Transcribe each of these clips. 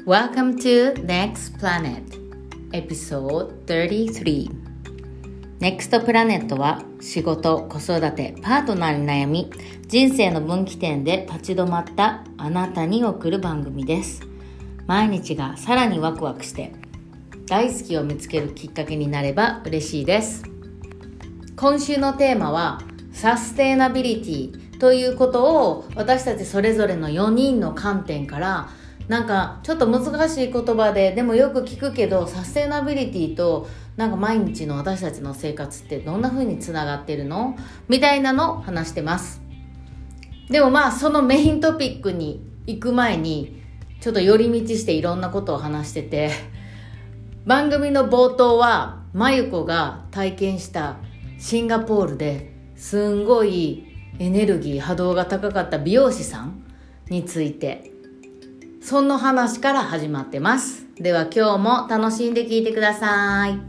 Welcome to Next Planet Episode 33 Next Planet は仕事、子育て、パートナーに悩み人生の分岐点で立ち止まったあなたに送る番組です。毎日がさらにワクワクして大好きを見つけるきっかけになれば嬉しいです。今週のテーマはサステイナビリティということを私たちそれぞれの4人の観点からなんかちょっと難しい言葉でもよく聞くけどサステイナビリティとなんか毎日の私たちの生活ってどんな風につながってるのみたいなのを話してます。でもそのメイントピックに行く前にちょっと寄り道していろんなことを話してて、番組の冒頭はまゆこが体験したシンガポールですんごいエネルギー波動が高かった美容師さんについてその話から始まってます。では今日も楽しんで聞いてください。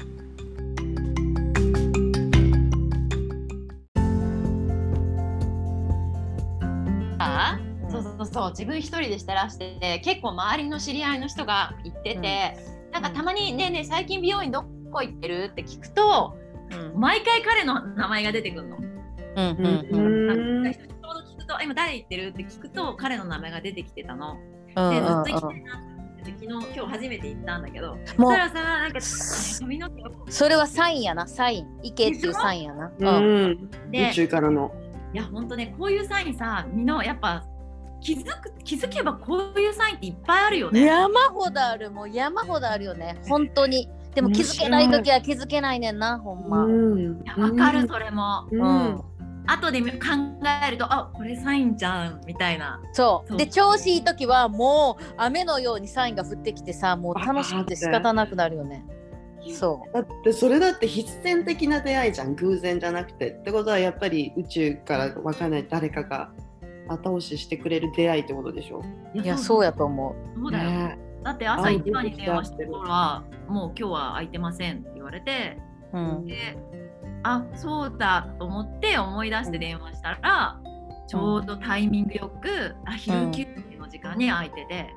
そう自分一人でしてらして結構周りの知り合いの人が行ってて、なんかたまにねえねえ最近美容院どこ行ってるって聞くと、毎回彼の名前が出てくるの。ちょうど聞くと今誰行ってるって聞くと彼の名前が出てきてたの。でずっと行きたいなって思ってて今日初めて行ったんだけど、そしたらさなんか髪の毛をそれはサインやな、サイン行けっていうサインやな。 で宇宙からのいやほんとねこういうサインさみんなやっぱ気づけばこういうサインっていっぱいあるよね。 山ほどある、もう山ほどあるよね本当に。でも気づけない時は気づけないねんな、ほんま。 いやわかるそれも。後で考えるとこれサインじゃんみたいな。 そうで調子いい時はもう雨のようにサインが降ってきてさ、もう楽しくて仕方なくなるよね。そうだってそれだって必然的な出会いじゃん、偶然じゃなくて。ってことはやっぱり宇宙から分からない誰かが後押ししてくれる出会いってことでしょ。 いやそうやと思う。そうだよ、だって朝一番に電話した頃はもう今日は空いてませんって言われて、でそうだと思って思い出して電話したら、ちょうどタイミングよく昼休憩の時間に空いてて、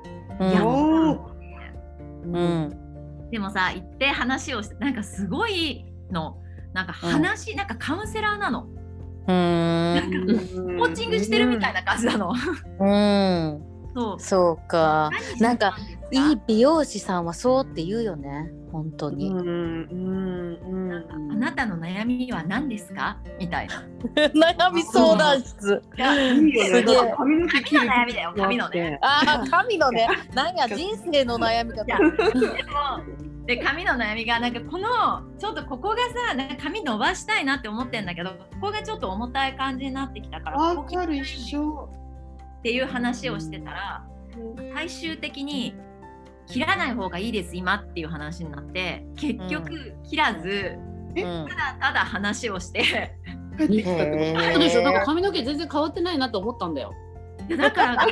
でもさ行って話をしてなんかすごいのなんか話、なんかカウンセラーなの。なんかコーチングしてるみたいな感じなの。 そうか。なんかいい美容師さんはそうって言うよね本当に。 なんかあなたの悩みは何ですかみたいな悩み相談室。 髪の毛切る悩みだよ、髪のね。 髪のね。なんや人生の悩みかと。 で髪の悩みがなんかこのちょっとここがさなんか髪伸ばしたいなって思ってんだけど、ここがちょっと重たい感じになってきたからわかる、一緒っていう話をしてたら、最終的に切らない方がいいです今っていう話になって、結局切らず、ただただ話をして帰ってきたってことそうでしょ。なんか髪の毛全然変わってないなと思ったんだよ。 だから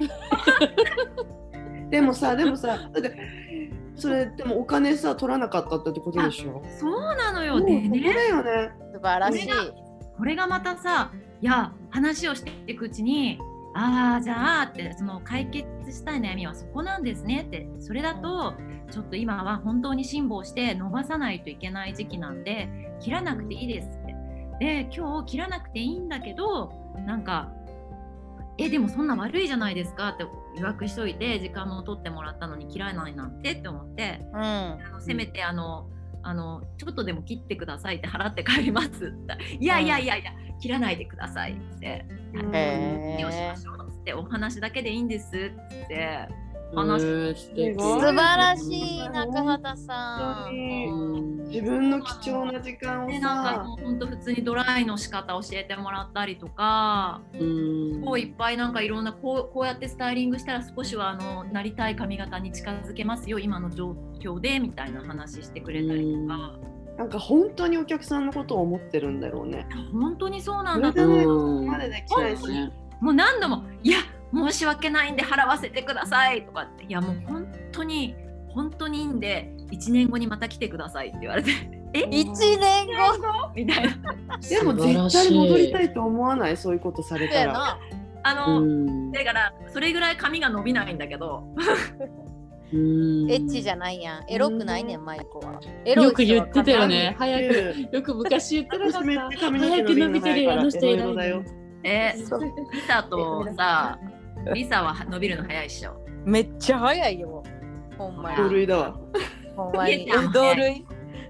でもさだってそれでもお金さ取らなかったってことでしょ。 そうなのよ。でね、 素晴らしい。 これがまたさ、いや話をしていくうちにじゃあってその解決したい悩みはそこなんですねって、それだとちょっと今は本当に辛抱して伸ばさないといけない時期なんで切らなくていいですって。で今日切らなくていいんだけどなんかでもそんな悪いじゃないですかって予約しといて時間も取ってもらったのに切らないなんてって思って、せめてちょっとでも切ってくださいって払って帰りますって。いや切らないでくださいってよしましょうってお話だけでいいんですって話して素晴らしい中畑さん。 自分の貴重な時間をさ、 なんかもう本当普通にドライの仕方教えてもらったりとか、すごいいっぱいなんかいろんなこうやってスタイリングしたら少しはなりたい髪型に近づけますよ今の状況でみたいな話してくれたりとか。 なんか本当にお客さんのことを思ってるんだろうね。 本当にそうなんだと思う。もう何度もいや申し訳ないんで払わせてくださいとかって、いやもう本当にいいんで1年後にまた来てくださいって言われて 1年後みたいな。 でも絶対戻りたいと思わない？そういうことされたら。 だからそれぐらい髪が伸びないんだけどエッチじゃないやん。エロくないねん、マイコは。エロいよく言ってたよね。 うん早く、よく昔言ってなか私めっった。 ちゃ髪の毛早く伸びてるよ、あの人エ偉いロだよ。 そうリサとさ、リサは伸びるの早いっしょ。 めっちゃ早いよ。ほんまあ同に。 類だわ。 ほんまに。 りえちゃんも同類。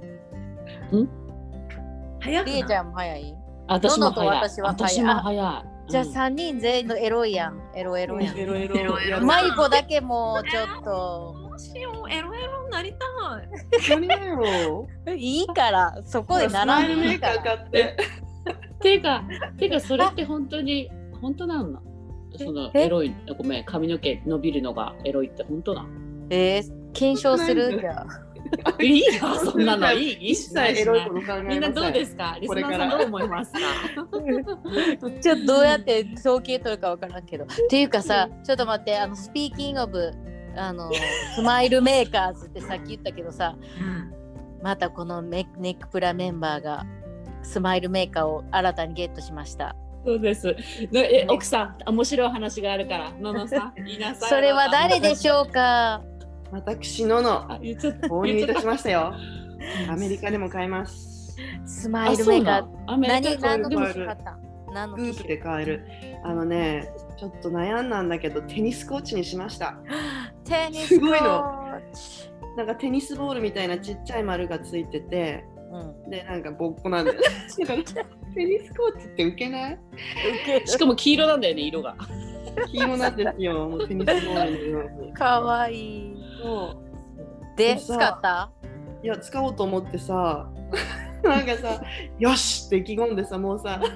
早くりえちゃんも早い。 私もノノと早い。 私は早い私も早い。 じゃあうん 3人全員のエロいやん。エロエロやん。 エロエロ。 エロエロマイコだけもうちょっと。 どうしよう、エロエロになりたい。 何だよ。 いいから、そこでスマイルメーカー並んでいいから。 買って。 てかそれって本当に本当なんだ。そのエロい、ごめん、髪の毛伸びるのがエロいって本当な。 検証するじゃあ。 いいよ、そんなのいい。 一切エロいこと考えません。 みんなどうですか？リスナーさんどう思いますか？ ちょっとどうやって統計取るかわからんけど。っていうかさ、ちょっと待って、スピーキングオブ、スマイルメーカーズってさっき言ったけどさ、またこのネックプラメンバーがスマイルメーカーを新たにゲットしました。 そうです。奥さん、面白い話があるから、ののさん、言いなさい。 それは誰でしょうか？ 私ののあ、言っちゃった。 購入いたしましたよ。アメリカでも買えます。 スマイルメーカー。 アメリカ何のでも機種買ったん？何のグープ機種？ で買える。ちょっと悩んだんだけど、テニスコーチにしました。 テニスすごいのコーチ。 なんかテニスボールみたいなちっちゃい丸がついてて、で、なんかボッコなんだよ。テニスコーチってウケない？ しかも黄色なんだよね、色が。 黄色なんですよ。もうテニスボールのように。 かわいい。 そうで、 でさ使った？ いや、使おうと思ってさ、なんかさ、よしって意気込んでさ、もうさ、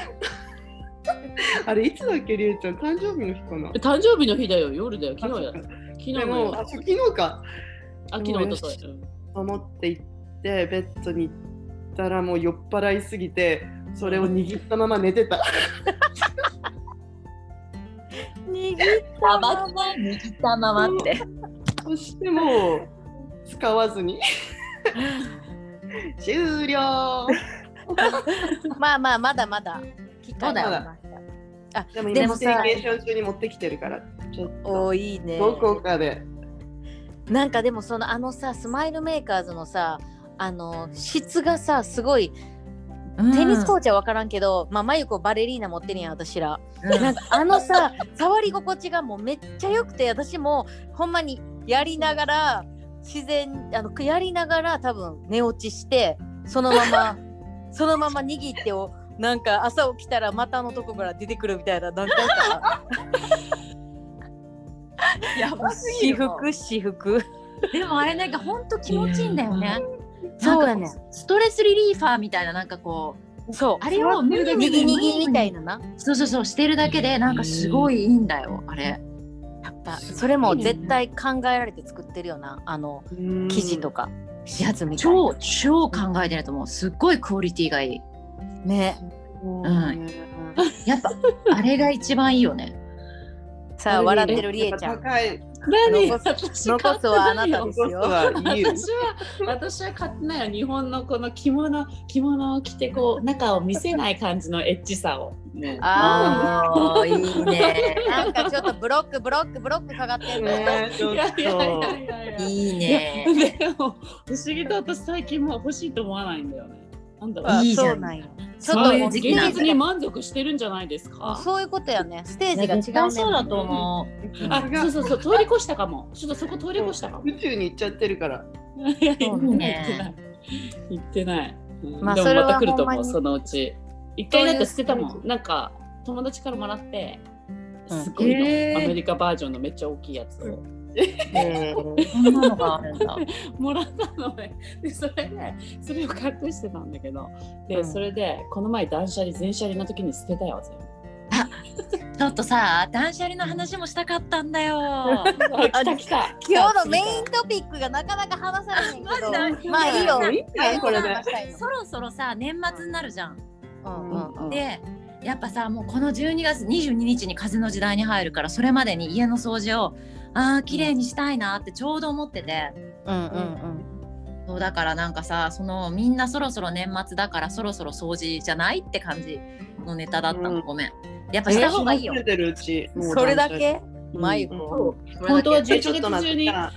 あれいつだっけ、りえちゃん、誕生日の日かな。 誕生日の日だよ、夜だよ、昨日や。昨日でも、 の昨日か。 昨日とと。 と思って行って、ベッドに行ったらもう酔っ払いすぎて、それを握ったまま寝てた。 握ったまま。 握ったままって。 そしてもう使わずに終了。 まあまあ、まだまだ機会がありました。 でもでもさ今ステーケーション中に持ってきてるから、ちょっといいね。 どこかで。 なんかでもさ、スマイルメーカーズのさ、質がさ、すごい、テニスコーチは分からんけど、まゆこバレリーナ持ってるやん、私ら。なんかさ、触り心地がもうめっちゃ良くて、私もほんまにやりながら、やりながら多分寝落ちして、そのまま握ってを、なんか朝起きたら股のとこから出てくるみたいな、何回か。 やばすぎる。 私服。 でもあれなんかほんと気持ちいいんだよね。 そうやね。 ストレスリリーファーみたいな、なんかこう、 そう。 あれをにぎにぎみたいなな。 そうしてるだけでなんかすごいいいんだよ、あれ。 やっぱそれも絶対考えられて作ってるよな、生地とかやつみたいな。 超考えてると思う。すっごいクオリティがいい。 ね。 やっぱあれが一番いいよね。 さあ笑ってるりえちゃん。 高い。 何？ 残すはあなたですよ。 私は買ってないよ。日本のこの着物を着てこう中を見せない感じのエッチさを。 ああいいね。なんかちょっとブロックかかってるね。いいね。 でも不思議と私最近もう欲しいと思わないんだよね。なんだろう。 いいじゃん。 ちょっともう現実に満足してるんじゃないですか。 そういうことやね。ステージが違うね。 そうだと思う。あ、そう通り越したかも。ちょっとそこ通り越したかも。 宇宙に行っちゃってるから。 いや行ってない。 まあでもまた来ると思う、そのうち。一回だって捨てたもん。なんか友達からもらってすごいの、アメリカバージョンのめっちゃ大きいやつを。 そんなのがあるんだ。 もらったのね。でそれを隠してたんだけど、でそれでこの前全車輪の時に捨てたよ全部。 ちょっとさ、断捨離の話もしたかったんだよ。 来た。 今日のメイントピックがなかなか話されないけど、まあいいよ。 これね。 そろそろさ、年末になるじゃん。で、やっぱさ、もうこの12月22日に風の時代に入るから、それまでに家の掃除を綺麗にしたいなってちょうど思ってて。そうだからなんかさ、みんなそろそろ年末だからそろそろ掃除じゃないって感じのネタだったの。ごめん。やっぱした方がいいよ。 それだけ？マユコ。 本当は11月中に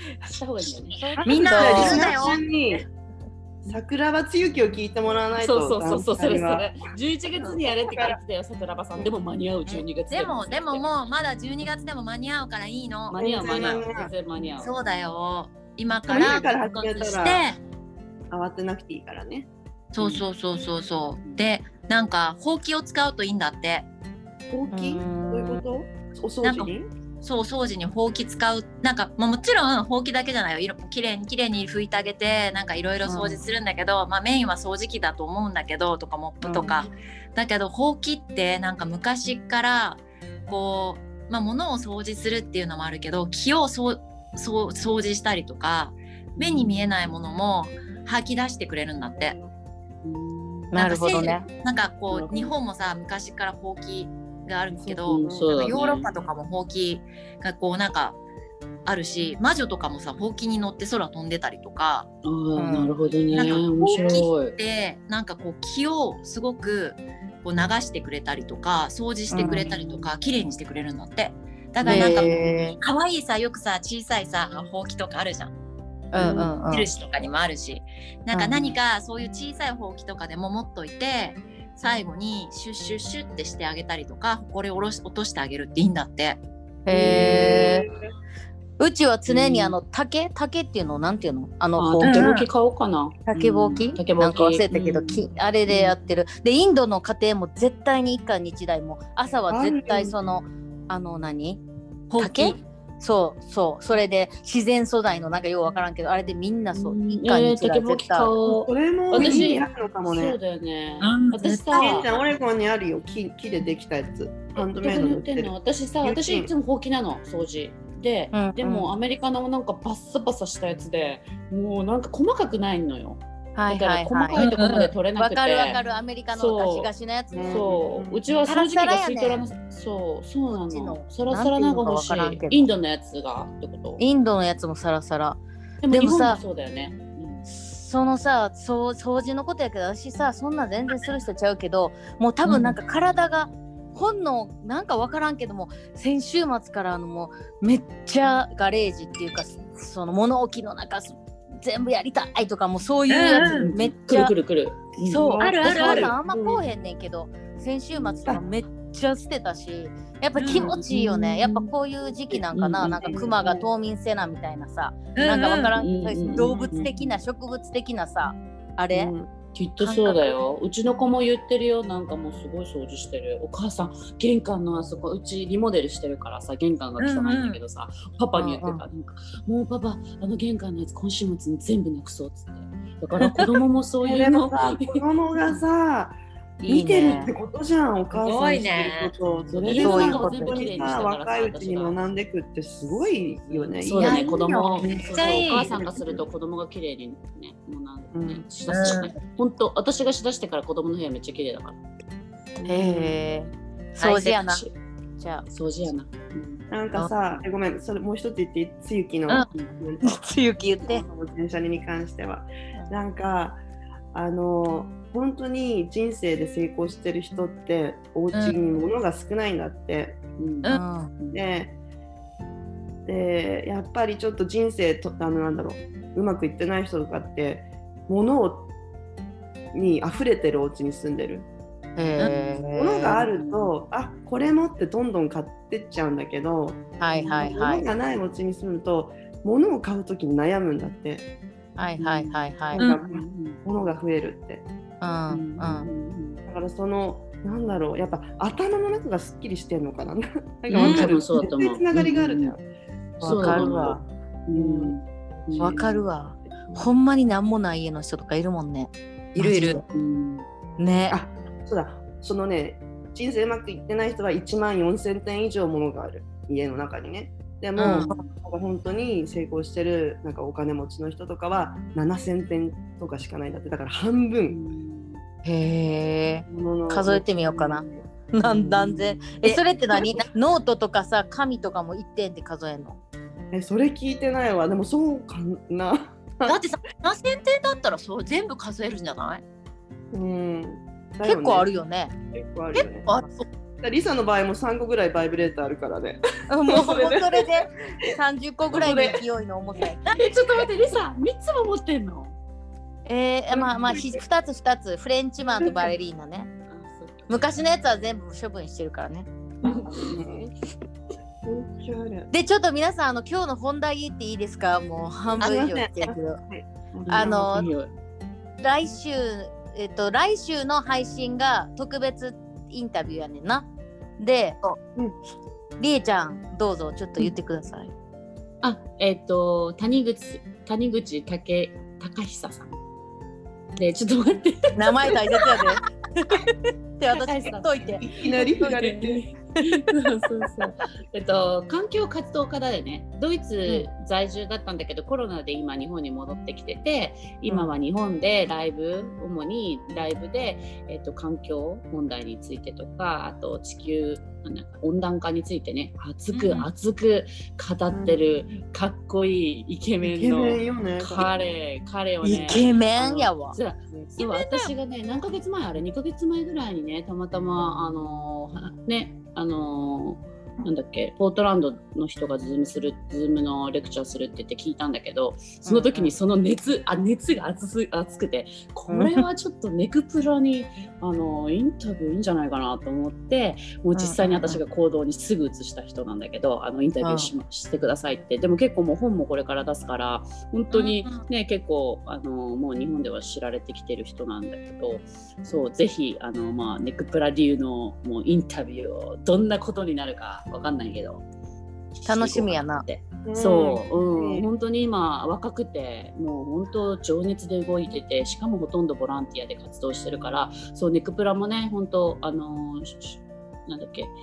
した方がいいんだよね。 みんなリリスナースナーさんに桜庭つゆきを聞いてもらわないと。 そうそれ11月にやれって書いてたよ、桜庭さん。でも間に合う、12月でももうまだ12月でも間に合うからいいの。 間に合う全然間に合う。 そうだよ、今から始めたして慌てなくていいからね。 そうで、なんかほうきを使うといいんだって。 ほうき？どういうこと？お掃除に？ そう、掃除にほうき使う。なんか、もちろんほうきだけじゃないよ。きれいに拭いてあげて、なんかいろいろ掃除するんだけど、メインは掃除機だと思うんだけど、とかモップとか。だけどほうきってなんか昔からこう、物を掃除するっていうのもあるけど、気を掃除したりとか、目に見えないものも吐き出してくれるんだって。 なるほどね。 なんかこう日本もさ、昔からほうきがあるんですけど、 ね、 ヨーロッパとかもほうきがこうなんかあるし、魔女とかもさほうきに乗って空飛んでたりとか。 なるほどね。 なんか面白い。 ほうきってなんかこう気をすごくこう流してくれたりとか、掃除してくれたりとか、綺麗にしてくれるんだって。だからなんか可愛いさ、よくさ小さいさほうきとかあるじゃん。印とかにもあるし、なんか何かそういう小さいほうきとかでも持っといて、最後にシュッシュッシュッってしてあげたりとか、ほこりを落としてあげるっていいんだって。 へー。うちは常に竹っていうのなんていうの、 竹ぼうき買おうかな。 竹ぼうき、なんか忘れたけど、あれでやってる。でインドの家庭も絶対に一家に一台も朝は絶対その竹、そうそれで自然素材のなんかようわからんけど、あれでみんなそう一家に一台絶対。 それも私あるのかもね。 そうだよね。私さ、 オレゴンにあるよ、木でできたやつ。ハンドメイドで売ってる。 私いつもほうきなの、掃除で。でもアメリカのなんかバッサバサしたやつで、もうなんか細かくないのよ。だから細かいところまで取れなくて。 わかる、アメリカのガシガシのやつね。 そう、うちは掃除機が吸い取らな、そうなの。サラサラなんか欲しい。インドのやつがってこと？ インドのやつもサラサラ。 でもさ、そうだよね。 そのさ、掃除のことやけど、私さ、そんな全然する人ちゃうけど、もう多分なんか体が本能なんかわからんけども、先週末からもうめっちゃガレージっていうか、その物置の中全部やりたいとか、もうそういうやつめっちゃくる。 そう、 ある。 あんまこうへんねんけど、先週末とかめっちゃ捨てたし、やっぱ気持ちいいよね。やっぱこういう時期なんかな、なんかクマが冬眠せなみたいなさ、なんかわからん、動物的な植物的なさ、あれ、 きっとそうだよ。うちの子も言ってるよ。なんかもうすごい掃除してる。お母さん、玄関のあそこ、うちリモデルしてるからさ、玄関が汚いんだけどさ、パパに言ってた。なんかもうパパ、玄関のやつ今週末に全部なくそうっつって。だから子供もそういうの。 子供がさ、見てるってことじゃん、お母さんしてること。それで本当にさ、若いうちに学んでくってすごいよね。 そうだね、子供めっちゃいい。 お母さんがすると子供が綺麗にね、しだすよね。本当、私がしだしてから子供の部屋めっちゃ綺麗だから。 へえ、掃除やな。 じゃあ掃除やな。 なんかさ、ごめん、それもう一つ言っていい？つゆきのつゆき言って。 電車に関しては、なんか本当に人生で成功してる人ってお家に物が少ないんだって。でやっぱりちょっと人生となんだろう、うまくいってない人とかって物に溢れてるお家に住んでる。物があるとこれもってどんどん買ってっちゃうんだけど、物がないお家に住むと物を買うときに悩むんだって。物が増えるって。だからなんだろう、やっぱ頭の中がすっきりしてんのかな。なんか分かる。 そうだと思う。 つながりがあるじゃん。 わかるわ。わかるわ。ほんまになんもない家の人とかいるもんね。 いる。 ね。 そうだ。そのね、人生うまくいってない人は14,000点以上ものがある、家の中にね。でも、本当に成功してるなんかお金持ちの人とかは7,000点とかしかないんだって。だから半分。 へえ。数えてみようかな。何千。それって何？ノートとかさ、紙とかも1点って数えんの？ それ聞いてないわ。でもそうかな。 だってさ、7,000点だったらそう全部数えるんじゃない？ 結構あるよね。 結構あるよね。 リサの場合も3個ぐらいバイブレーターあるからね。 もうそれで30個ぐらいの勢いの重さや。 ちょっと待ってリサ3つも持ってんの？ まあ2つフレンチマンとバレリーナね。昔のやつは全部処分してるからね。でちょっと皆さん今日の本題言っていいですか？もう半分以上言ってるけど、来週の配信が特別インタビューやねんな。で、りえちゃんどうぞちょっと言ってください。 谷口隆久さんで、ちょっと待って名前大切やでって私言っといて。 いきなり振られて環境活動家だよね。ドイツ在住だったんだけど、コロナで今日本に戻ってきてて、今は日本で主にライブで、環境問題についてとか、あと地球温暖化についてね、熱く語ってるかっこいいイケメンの彼をね、 イケメンやわ。 そう私がね、何ヶ月前2ヶ月前ぐらいにね、たまたまなんだっけ、ポートランドの人がズームのレクチャーするって言って聞いたんだけど、その時にその熱が熱くて、これはちょっとネクプラにインタビューいいんじゃないかなと思って、もう実際に私が行動にすぐ移した人なんだけど、インタビューしてくださいって。でも結構もう本もこれから出すから、本当にね、結構もう日本では知られてきてる人なんだけど、そうぜひネクプラ流のもうインタビューをどんなことになるかわかんないけど楽しみやな。 そう、本当に今若くて、もう本当情熱で動いてて、しかもほとんどボランティアで活動してるから、そうネクプラもね、本当なんだっけ、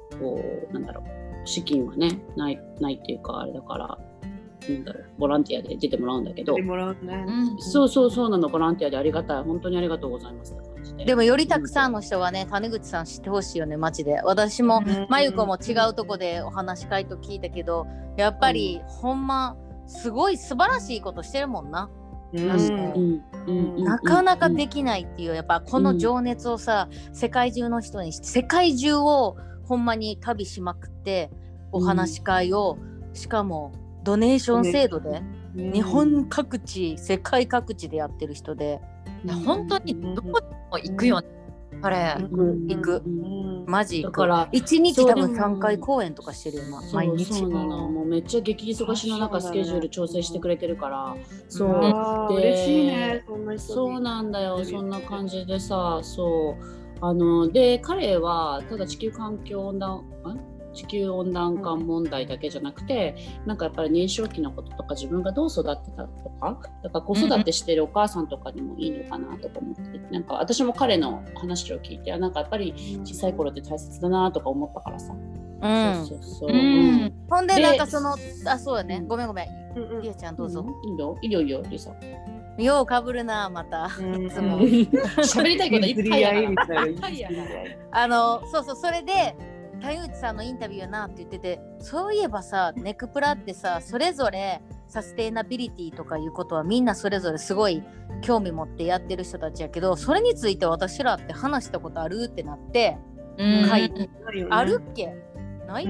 資金はねないっていうか、あれだから、ボランティアで出てもらうんだけど、そうなの、ボランティアでありがたい、本当にありがとうございますって感じで。 でもよりたくさんの人がね、谷口さん知ってほしいよね、マジで。私もまゆこも違うとこでお話し会と聞いたけど、やっぱりほんますごい素晴らしいことしてるもんな。なかなかできないっていう、やっぱこの情熱をさ、世界中の人にして、世界中をほんまに旅しまくってお話し会を、しかもドネーション制度で日本各地、世界各地でやってる人で、 本当にどこでも行くよね。あれ行く、マジだから 1日多分3回公演とかしてるよな、毎日。 そうなの、もうめっちゃ激忙しの中スケジュール調整してくれてるから、 そうで嬉しいね、 そうなんだよ、そんな感じでさ、そうで彼はただ地球温暖化問題だけじゃなくて、なんかやっぱり年少期のこととか、自分がどう育ってたとか、だから子育てしてるお母さんとかにもいいのかなとか思って、なんか私も彼の話を聞いて、なんかやっぱり小さい頃って大切だなとか思ったからさ。 ほんでなんかそうやね、ごめんりえちゃんどうぞ。 いいよリサ。 ようかぶるな、またいつも喋りたいこといっぱいやからそうそれで谷口さんのインタビューやなって言ってて、そういえばさ、ネクプラってさ、それぞれサステイナビリティとかいうことはみんなそれぞれすごい興味持ってやってる人たちやけど、それについて私らって話したことあるってなって、あるっけ？ない。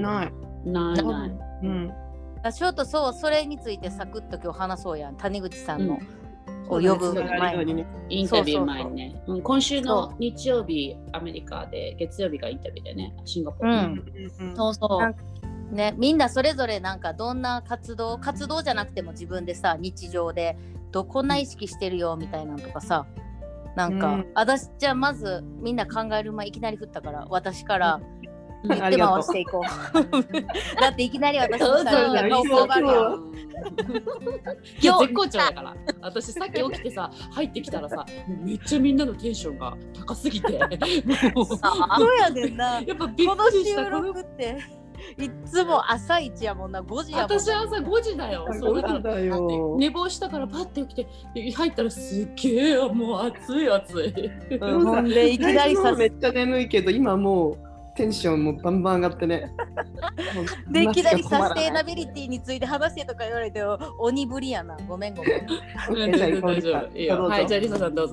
ちょっとそれについてサクッと今日話そうやん、谷口さんの。を呼ぶ前に、 インタビュー前にね、今週の日曜日アメリカで、月曜日がインタビューでね、シンガポール、 そうね、みんなそれぞれなんかどんな活動じゃなくても自分でさ、日常でこんな意識してるよみたいなのとかさ、なんか、私じゃあまずみんな考える前いきなり振ったから、私から言って回していこう。だっていきなり私の顔怖がるやん。 絶好調だから。私さっき起きてさ、入ってきたらさ、めっちゃみんなのテンションが高すぎて。 そうやねんな。 やっぱびっくりした。 この収録っていつも朝一やもんな、5時やもんな。 私朝5時だよ。そうだから寝坊したからパッて起きて入ったらすっげえもう暑い。 ほんでいきなりさ、 めっちゃ眠いけど今もうテンションもバンバン上がってね。 でいきなりサステイナビリティについて話せとか言われて鬼ぶりやな。ごめん。 大丈夫。はい、じゃあリサさんどうぞ。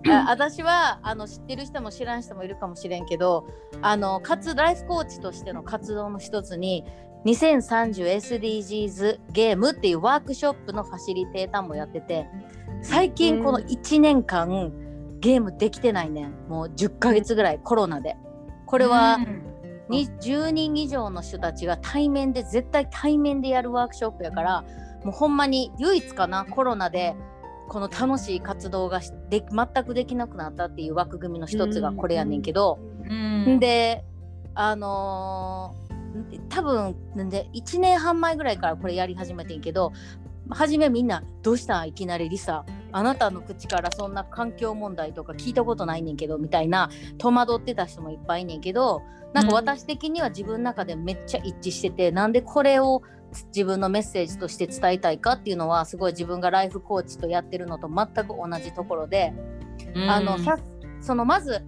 私は知ってる人も知らん人もいるかもしれんけど、ライフコーチとしての活動の一つに 2030SDGs ゲームっていうワークショップのファシリテーターもやってて、最近この1年間ゲームできてないねん。もう10ヶ月ぐらいコロナで。これは10人以上の人たちが絶対対面でやるワークショップやから、もうほんまに唯一かな、コロナでこの楽しい活動が全くできなくなったっていう枠組みの一つがこれやねんけど、で多分で1年半前ぐらいからこれやり始めてんけど、初めみんなどうしたんいきなりリサ、あなたの口からそんな環境問題とか聞いたことないねんけどみたいな戸惑ってた人もいっぱいいんねんけど、なんか私的には自分の中でめっちゃ一致してて、なんでこれを自分のメッセージとして伝えたいかっていうのは、すごい自分がライフコーチとやってるのと全く同じところで、まず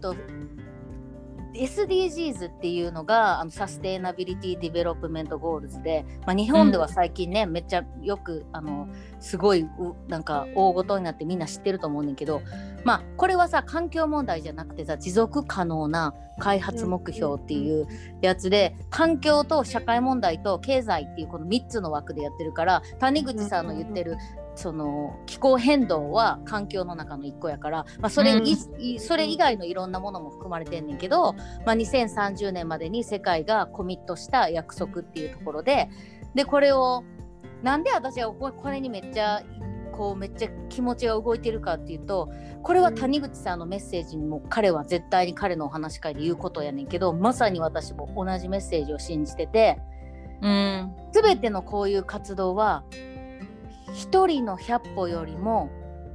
SDGs っていうのがサステイナビリティ・ディベロップメント・ゴールズで、日本では最近ね、めっちゃよくすごいなんか大ごとになってみんな知ってると思うねんけど、これはさ環境問題じゃなくてさ、持続可能な開発目標っていうやつで、環境と社会問題と経済っていうこの3つの枠でやってるから、谷口さんの言ってるその気候変動は環境の中の一個やから、それ以外のいろんなものも含まれてんねんけど、2030年までに世界がコミットした約束っていうところで、これをなんで私はこれにめっちゃ気持ちが動いてるかっていうと、これは谷口さんのメッセージにも彼は絶対に彼のお話し会で言うことやねんけど、まさに私も同じメッセージを信じてて、全てのこういう活動は一人の100歩よりも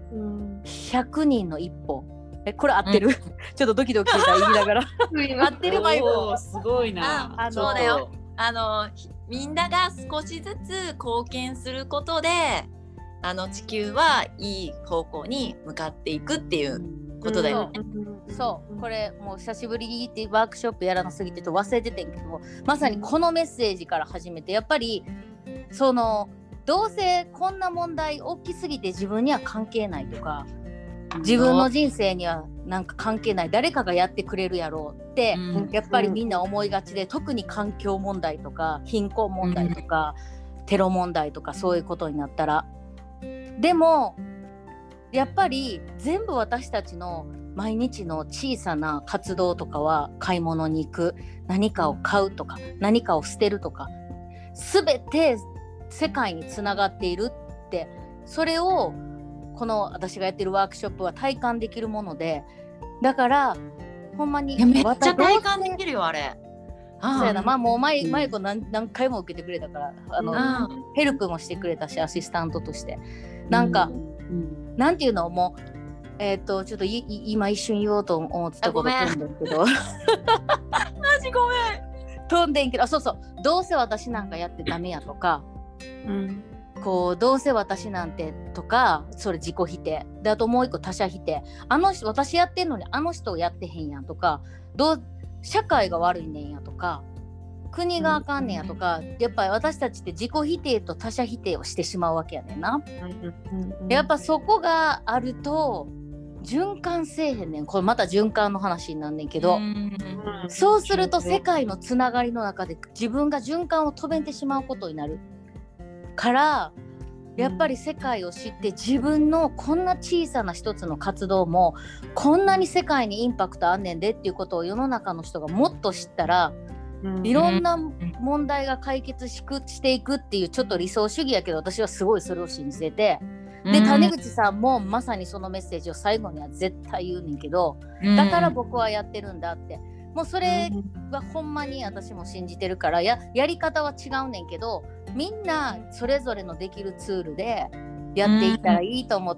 100人の一歩、これ合ってる、ちょっとドキドキしてた言いながら合ってる。 すごいな。 そうだよ。みんなが少しずつ貢献することで地球はいい方向に向かっていくっていうことだよね。 そうこれもう久しぶりにってワークショップやらなすぎてと忘れててんけど、まさにこのメッセージから始めて、やっぱりどうせこんな問題大きすぎて自分には関係ないとか、自分の人生にはなんか関係ない、誰かがやってくれるやろうって、やっぱりみんな思いがちで、特に環境問題とか貧困問題とか、テロ問題とかそういうことになったら、でもやっぱり全部私たちの毎日の小さな活動とかは、買い物に行く、何かを買うとか何かを捨てるとか、全て世界につながっているって、それをこの私がやってるワークショップは体感できるもので、だからほんまにめっちゃ体感できるよあれ。 そうやな、もう前子何回も受けてくれたからヘルプもしてくれたし、アシスタントとしてなんか、なんていうの、もうちょっと今一瞬言おうと思ってたこと飛んでんけどマジごめん飛んでんけど、そうどうせ私なんかやってダメやとか、どうせ私なんてとか、それ自己否定で、あともう一個他者否定、私やってんのにあの人やってへんやんとか、社会が悪いねんやとか、国があかんねんやとか、やっぱり私たちって自己否定と他者否定をしてしまうわけやねんな。やっぱそこがあると循環せえへんねん。これまた循環の話になんねんけど、そうすると世界のつながりの中で自分が循環を止めてしまうことになるから、やっぱり世界を知って自分のこんな小さな一つの活動もこんなに世界にインパクトあんねんでっていうことを世の中の人がもっと知ったら、いろんな問題が解決していくっていう、ちょっと理想主義やけど私はすごいそれを信じてて、で谷口さんもまさにそのメッセージを最後には絶対言うねんけど、だから僕はやってるんだって、もうそれはほんまに私も信じてるから、やり方は違うねんけど、みんなそれぞれのできるツールでやっていったらいいと思って、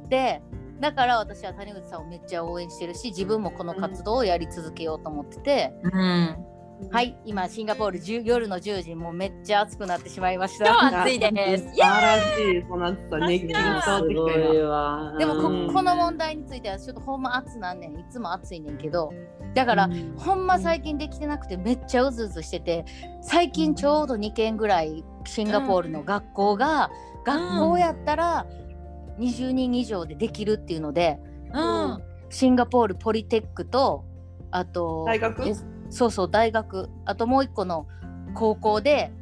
だから私は谷口さんをめっちゃ応援してるし、自分もこの活動をやり続けようと思ってて、はい、今シンガポール夜の10時、もうめっちゃ暑くなってしまいました。 今暑いです。 素晴らしい、この暑さ、熱気が伝わってきたよ。 でもこの問題についてはちょっとほんま暑なんねん、いつも暑いねんけど、だから、ほんま最近できてなくてめっちゃうずうずしてて、最近ちょうど2件ぐらいシンガポールの学校が、学校やったら20人以上でできるっていうので、 シンガポールポリテックとあと大学そうそう大学、あともう一個の高校で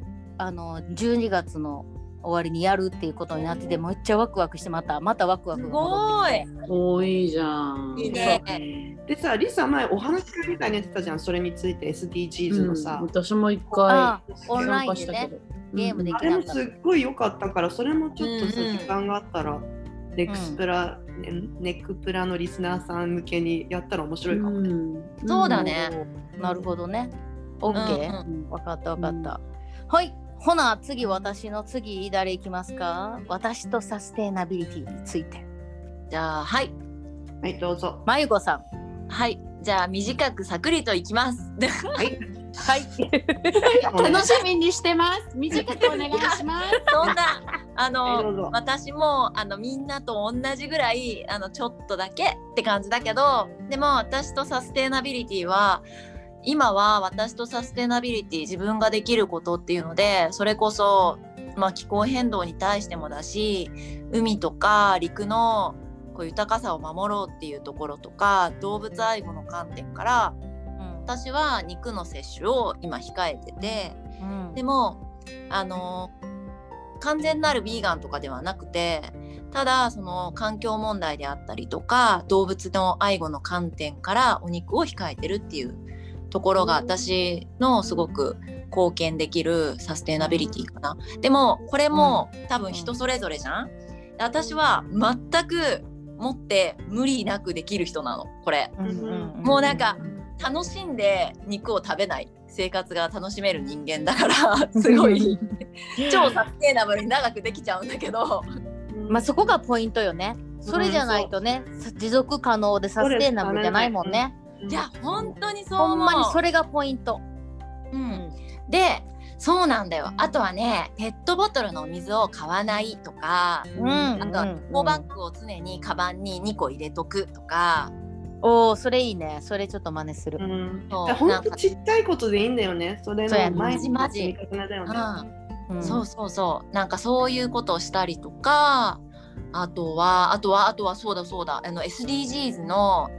12月の終わりにやるっていうことになってて、めっちゃワクワクしてまたワクワクすが戻ってきて。 ごい。 おいいじゃん。 いいね。 でさ、リサ前お話し会みたいにやってたじゃん、それについて SDGs のさ、 私も一回あオンラインでね参加したけど、 ゲームできあれもすっごい良かったから、それもちょっとさ、時間があったらネクスプラ、ネックプラのリスナーさん向けにやったら面白いかもね。 そうだね。 なるほどね。OK、分かった分かった。はい、ほな次誰いきますか？私とサステイナビリティについて。 じゃあはいはいどうぞ。 まゆこさん。 はい。じゃあ短くさくりといきます。 はいはい。 楽しみにしてます。短くお願いします。 そんなはいどうぞ。 私もみんなと同じぐらいちょっとだけって感じだけど、でも私とサステイナビリティは今は私とサステイナビリティ自分ができることっていうので、それこそ、気候変動に対してもだし、海とか陸のこう豊かさを守ろうっていうところとか、動物愛護の観点から、私は肉の摂取を今控えてて、でも完全なるビーガンとかではなくて、ただその環境問題であったりとか動物の愛護の観点からお肉を控えてるっていうところが私のすごく貢献できるサステイナビリティかな。でもこれも多分人それぞれじゃん。私は全くもって無理なくできる人なのこれ。もうなんか楽しんで肉を食べない生活が楽しめる人間だからすごい超サステイナブルに長くできちゃうんだけどそこがポイントよね。それじゃないとね、持続可能でサステイナブルじゃないもんね。 いや本当にそう思う。 ほんまにそれがポイント。 でそうなんだよ。あとはね、ペットボトルの水を買わないとか、あとはエコバッグを常にカバンに2個入れとくとか。 おー、それいいね。それちょっと真似する。 ほんとちっちゃいことでいいんだよね。それの毎日の積み重ねだよね。 そうなんかそういうことをしたりとか、あとはそうだSDGs の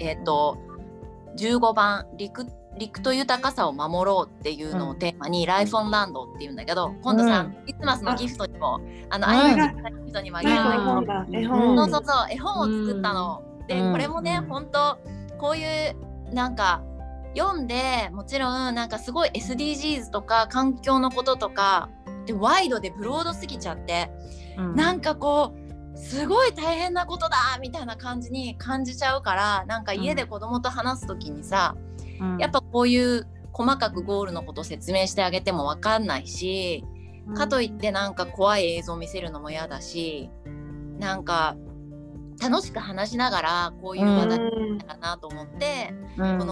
15番陸と豊かさを守ろうっていうのをテーマに、ライフオンランドっていうんだけど、今度さ、クリスマスのギフトにもアイのギフトにもあげるんだけど、絵本を作ったの。でこれもね、本当こういうなんか読んで、もちろんなんかすごい SDGs とか環境のこととかでワイドでブロードすぎちゃって、なんかこうすごい大変なことだみたいな感じに感じちゃうから、なんか家で子供と話す時にさ、やっぱこういう細かくゴールのことを説明してあげても分かんないし、かといってなんか怖い映像を見せるのも嫌だし、なんか楽しく話しながらこういう話題だなと思って、この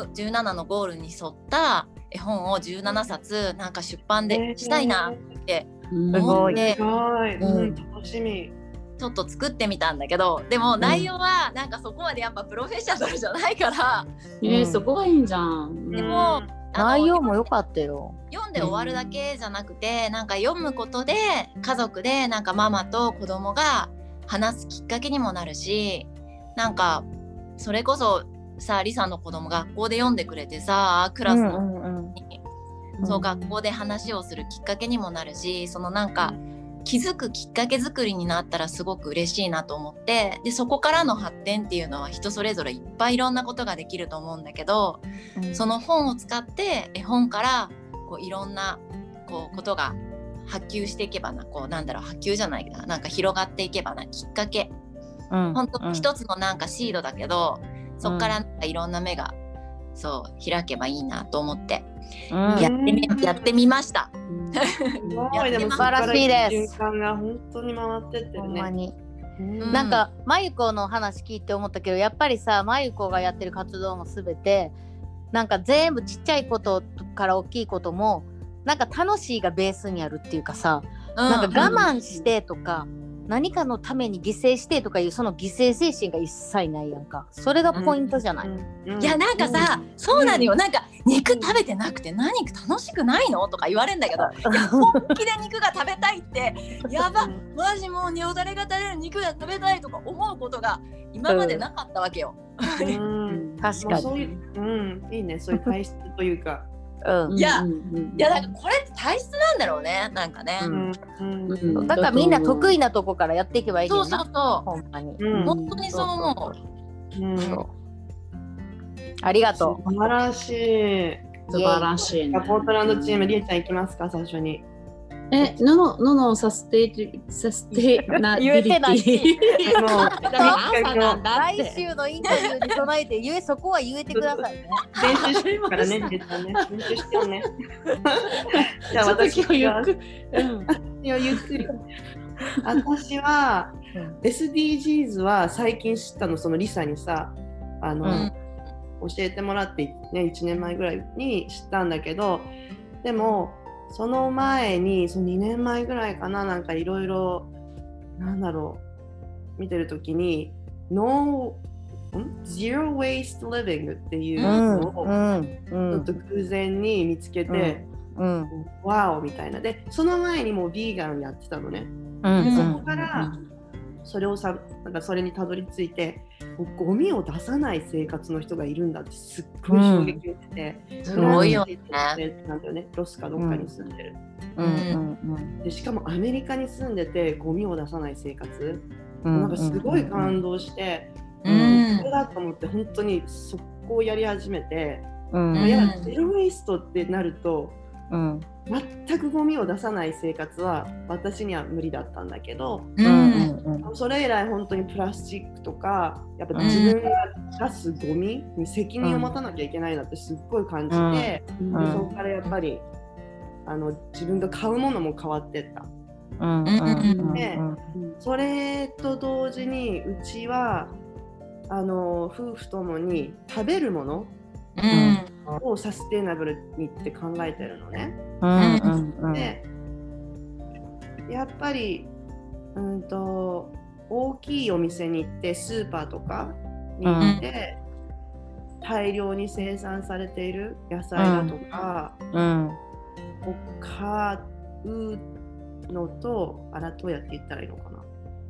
17のゴールに沿った絵本を17冊なんか出版でしたいなって思って、 楽しみ。 ちょっと作ってみたんだけど、でも内容はなんかそこまでやっぱプロフェッショナルじゃないから、 そこがいいんじゃん。 でも内容も良かったよ。 読んで終わるだけじゃなくて、なんか読むことで家族でなんかママと子供が話すきっかけにもなるし、なんかそれこそさ、リサの子供学校で読んでくれてさ、クラスのに、そう学校で話をするきっかけにもなるし、そのなんか気づくきっかけ作りになったらすごく嬉しいなと思って、でそこからの発展っていうのは人それぞれいっぱいいろんなことができると思うんだけど、その本を使って絵本からこういろんなこうことが波及していけばな、こうなんだろう、波及じゃないな、なんか広がっていけばな、きっかけ、本当一つのなんかシードだけど、そこからなんかいろんな目がそう開けばいいなと思って、やってみました。 でも素晴らしいです。 循環が本当に回ってってるね。ほんまに。 なんかまゆこの話聞いて思ったけど、やっぱりさ、まゆこがやってる活動もすべてなんか全部ちっちゃいことから大きいこともなんか楽しいがベースにあるっていうかさ、なんか我慢してとか、何かのために犠牲してとかいうその犠牲精神が一切ないやんか。それがポイントじゃない？ いやなんかさ、そうなのよ。なんか肉食べてなくて何楽しくないのとか言われるんだけど、いや本気で肉が食べたいってやば、マジもうよだれが垂れる肉が食べたいとか思うことが今までなかったわけよ。 確かに。そういう、いいね、そういう体質というか。 いやなんかこれって体質なんだろうね、なんかね。だからみんな得意なとこからやっていけばいいんだ。そうほんまに。本当にそう思う。ありがとう。 素晴らしい。 素晴らしい、ね。 ポートランドチーム、りえちゃん行きますか、最初に。 のサステナビリティ。言えてないし。 来週のインタビューに備えてそこは言えてくださいね。 練習してるからね、りえちゃんね。練習してよね。じゃあ私はゆっくり。私は SDGs は最近知ったの、そのリサにさ、教えてもらって、ね、1年前ぐらいに知ったんだけど、でもその前にその2年前ぐらいかな、なんかいろいろなんだろう見てるときにZero Waste Living っていうのをちょっと偶然に見つけて、ワオみたいな。でその前にもうビーガンやってたのね。でそこからそれをなんかそれにたどり着いて、ゴミを出さない生活の人がいるんだってすっごい衝撃を受けて、 すごいよね。 なんだよね、ロスかどっかに住んでる。でしかもアメリカに住んでてゴミを出さない生活、なんかすごい感動して、これだと思って本当にそこをやり始めて、ゼロ・ウェイストってなると、全くゴミを出さない生活は私には無理だったんだけど、それ以来本当にプラスチックとかやっぱ自分が出すゴミに責任を持たなきゃいけないなってすっごい感じて、そこからやっぱり自分が買うものも変わってった。でそれと同時にうちは夫婦ともに食べるものをサステイナブルにって考えてるのね。でやっぱり大きいお店に行ってスーパーとかに行って、大量に生産されている野菜だとかを買うのと、どうやって言ったらいいのかな。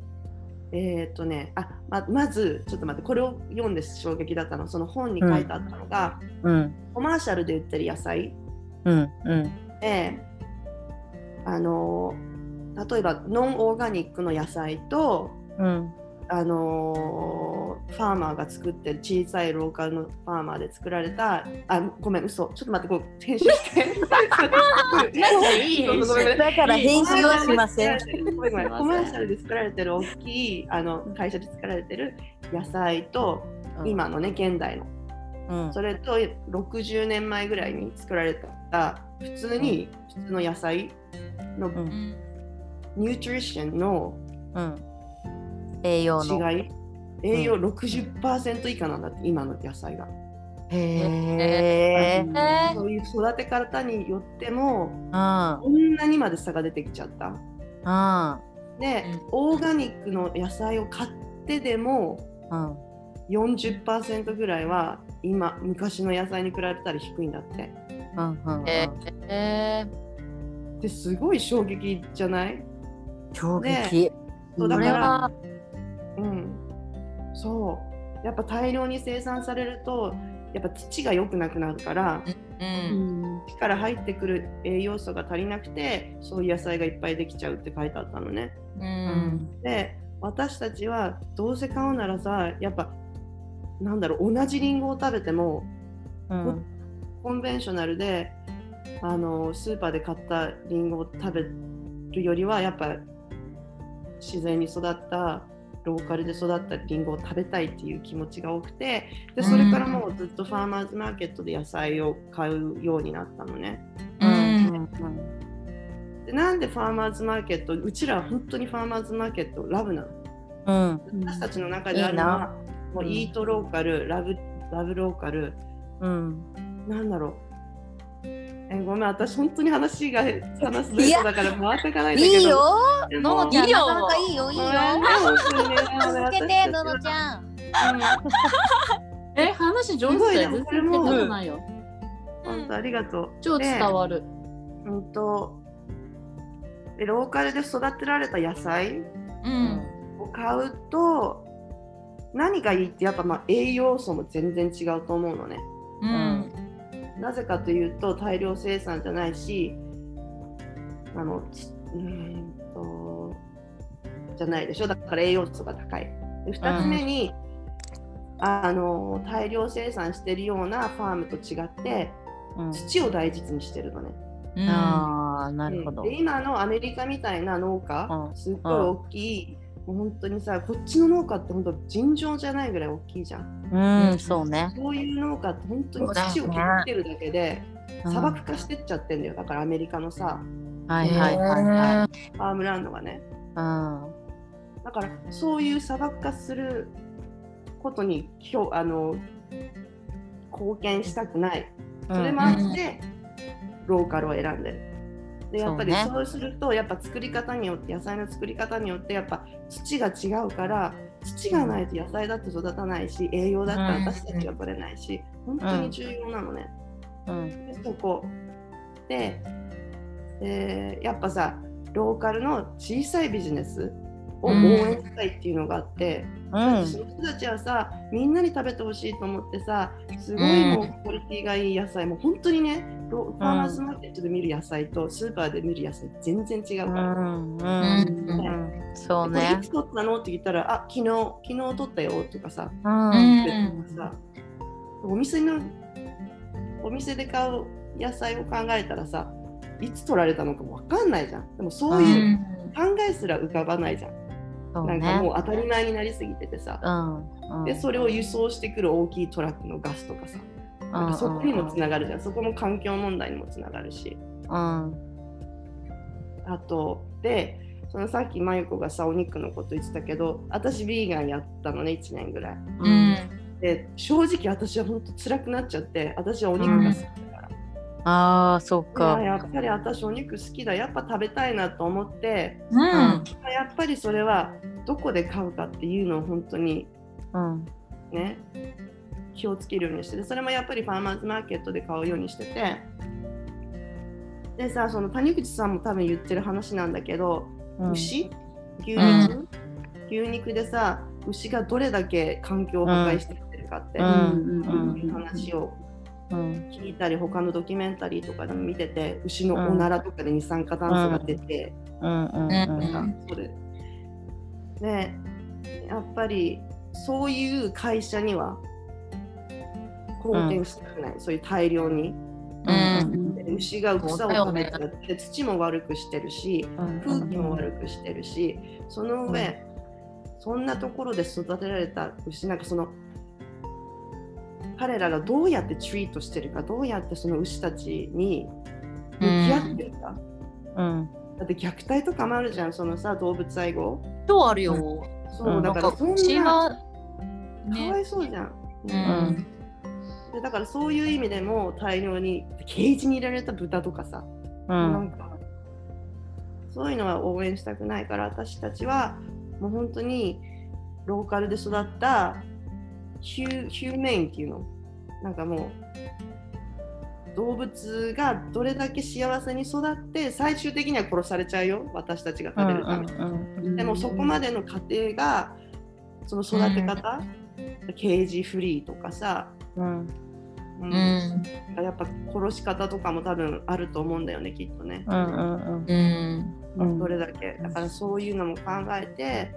まずちょっと待って、これを読んで衝撃だったの。その本に書いてあったのが、コマーシャルで売ってる野菜、で例えばノンオーガニックの野菜と、ファーマーが作ってる小さいローカルのファーマーで作られた、ごめん嘘、ちょっと待って、こう編集してだから編集はしません。 コマーシャルで作られてる大きい会社で作られてる野菜と、今のね現代の、それと60年前ぐらいに作られた普通の野菜の、ニュートリションの栄養の違い、栄養 60% 以下なんだって、今の野菜が。そういう育て方によってもこんなにまで差が出てきちゃった。で、オーガニックの野菜を買ってでも、40% ぐらいは昔の野菜に比べたら低いんだって。ですごい衝撃じゃない？ 衝撃。 そうだから、そうやっぱ大量に生産されるとやっぱ土が良くなくなるから、土から入ってくる栄養素が足りなくて、そういう野菜がいっぱいできちゃうって書いてあったのね。で、私たちはどうせ買うならさ、やっぱなんだろう、同じリンゴを食べても、コンベンショナルでスーパーで買ったリンゴを食べるよりは、やっぱ自然に育ったローカルで育ったリンゴを食べたいっていう気持ちが多くて、でそれからもうずっとファーマーズマーケットで野菜を買うようになったのね。でなんでファーマーズマーケット、うちらは本当にファーマーズマーケットラブなの。私たちの中であるのはもうイートローカル、ラブローカル、なんだろう、ごめん、私本当に話すレートだから回っていかないんだけど。いいよ、 ののちゃん、なかなかいいよ、いいよ。続けて、ののちゃん。 話上手だよ。全然下手じゃないよ。 本当ありがとう。 超伝わる。 でローカルで育てられた野菜を買うと何がいいってやっぱ栄養素も全然違うと思うのね。なぜかというと大量生産じゃないしじゃないでしょ。だから栄養素が高い。で2つ目に、大量生産してるようなファームと違って、土を大事にしてるのね。 ああ、なるほど。 で今のアメリカみたいな農家、すっごい大きい、もう本当にさ、こっちの農家って本当尋常じゃないぐらい大きいじゃん。 そうね。 そういう農家って本当に土を切ってるだけで砂漠化してっちゃってんだよ。だからアメリカのさ、 ファームランドがね。だからそういう砂漠化することに貢献したくない。それもあってローカルを選んでる。でやっぱりそうするとやっぱ作り方によって野菜の作り方によってやっぱ土が違うから土がないと野菜だって育たないし栄養だって私たちは取れないし本当に重要なのね。でそこでやっぱさローカルの小さいビジネスを応援したいっていうのがあって、その人たちはさみんなに食べてほしいと思ってさすごいもうクオリティがいい野菜もう本当にねファーマーズマーケットで見る野菜とスーパーで見る野菜全然違うから、 そうね。 いつ取ったのって聞いたら昨日取ったよとかさ、お店で買う野菜を考えたらさいつ取られたのかも分かんないじゃん。でもそういう考えすら浮かばないじゃん。なんかもう当たり前になりすぎててさ、でそれを輸送してくる大きいトラックのガスとかさ、なんかそこにもつながるじゃん。そこも環境問題にもつながるし、あとでそのさっきまゆこがさお肉のこと言ってたけど私ビーガンやったのね1年ぐらい、で正直私は本当辛くなっちゃって私はお肉が好きだから、 そっか。 やっぱり私お肉好きだやっぱ食べたいなと思って、やっぱりそれはどこで買うかっていうのを本当に、ね気をつけるようにしてて、それもやっぱりファーマーズマーケットで買うようにしてて、でさその谷口さんも多分言ってる話なんだけど、牛肉でさ牛がどれだけ環境を破壊してきてるかっていう話を聞いたり他のドキュメンタリーとかでも見てて、牛のおならとかで二酸化炭素が出て、それでやっぱりそういう会社には貢献したくない、そういう大量に、牛が草を食べちゃって土も悪くしてるし、空気も悪くしてるし、その上、そんなところで育てられた牛なんかその彼らがどうやってツリートしてるか、どうやってその牛たちに向き合ってるか、だって虐待とかもあるじゃん、そのさ動物愛護超あるよ。 そうだからそんなかわいそうじゃん。でだからそういう意味でも大量にケージに入れられた豚とかさ、なんかそういうのは応援したくないから、私たちはもう本当にローカルで育ったヒューメインっていうの、なんかもう動物がどれだけ幸せに育って最終的には殺されちゃうよ、私たちが食べるために。でもそこまでの過程がその育て方、ケージフリーとかさ、やっぱ殺し方とかも多分あると思うんだよね、きっとね。どれだけだからそういうのも考えて、